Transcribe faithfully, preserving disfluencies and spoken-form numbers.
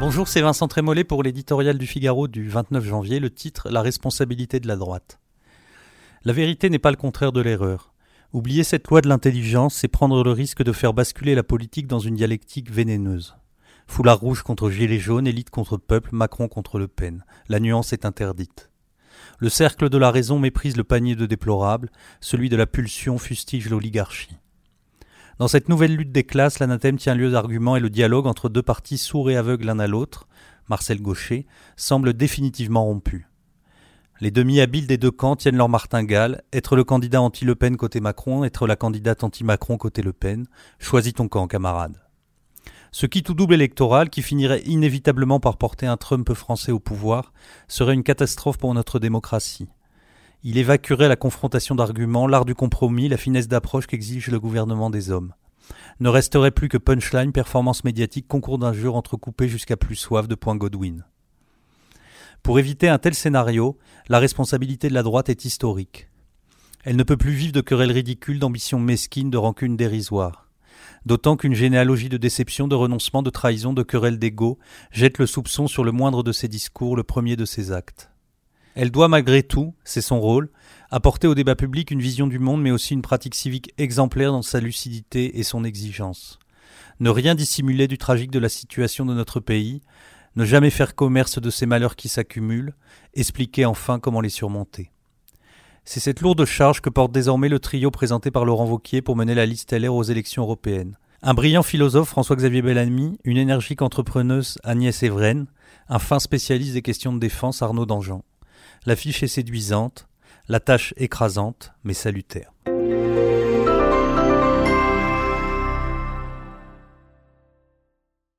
Bonjour, c'est Vincent Trémollet pour l'éditorial du Figaro du vingt-neuf janvier, le titre « La responsabilité de la droite ». La vérité n'est pas le contraire de l'erreur. Oublier cette loi de l'intelligence, c'est prendre le risque de faire basculer la politique dans une dialectique vénéneuse. Foulard rouge contre gilets jaunes, élite contre peuple, Macron contre Le Pen. La nuance est interdite. Le cercle de la raison méprise le panier de déplorables, celui de la pulsion fustige l'oligarchie. Dans cette nouvelle lutte des classes, l'anathème tient lieu d'arguments et le dialogue entre deux partis sourds et aveugles l'un à l'autre, Marcel Gauchet, semble définitivement rompu. Les demi-habiles des deux camps tiennent leur martingale, être le candidat anti-Le Pen côté Macron, être la candidate anti-Macron côté Le Pen. Choisis ton camp, camarade. Ce qui tout double électoral, qui finirait inévitablement par porter un Trump français au pouvoir, serait une catastrophe pour notre démocratie. Il évacuerait la confrontation d'arguments, l'art du compromis, la finesse d'approche qu'exige le gouvernement des hommes. Ne resterait plus que punchline, performance médiatique, concours d'injures entrecoupés jusqu'à plus soif de points Godwin. Pour éviter un tel scénario, la responsabilité de la droite est historique. Elle ne peut plus vivre de querelles ridicules, d'ambitions mesquines, de rancunes dérisoires. D'autant qu'une généalogie de déception, de renoncement, de trahison, de querelles d'ego jette le soupçon sur le moindre de ses discours, le premier de ses actes. Elle doit malgré tout, c'est son rôle, apporter au débat public une vision du monde mais aussi une pratique civique exemplaire dans sa lucidité et son exigence. Ne rien dissimuler du tragique de la situation de notre pays, ne jamais faire commerce de ces malheurs qui s'accumulent, expliquer enfin comment les surmonter. C'est cette lourde charge que porte désormais le trio présenté par Laurent Wauquiez pour mener la liste L R aux élections européennes. Un brillant philosophe, François-Xavier Bellamy, une énergique entrepreneuse, Agnès Evren, un fin spécialiste des questions de défense, Arnaud Danjean. L'affiche est séduisante, la tâche écrasante, mais salutaire.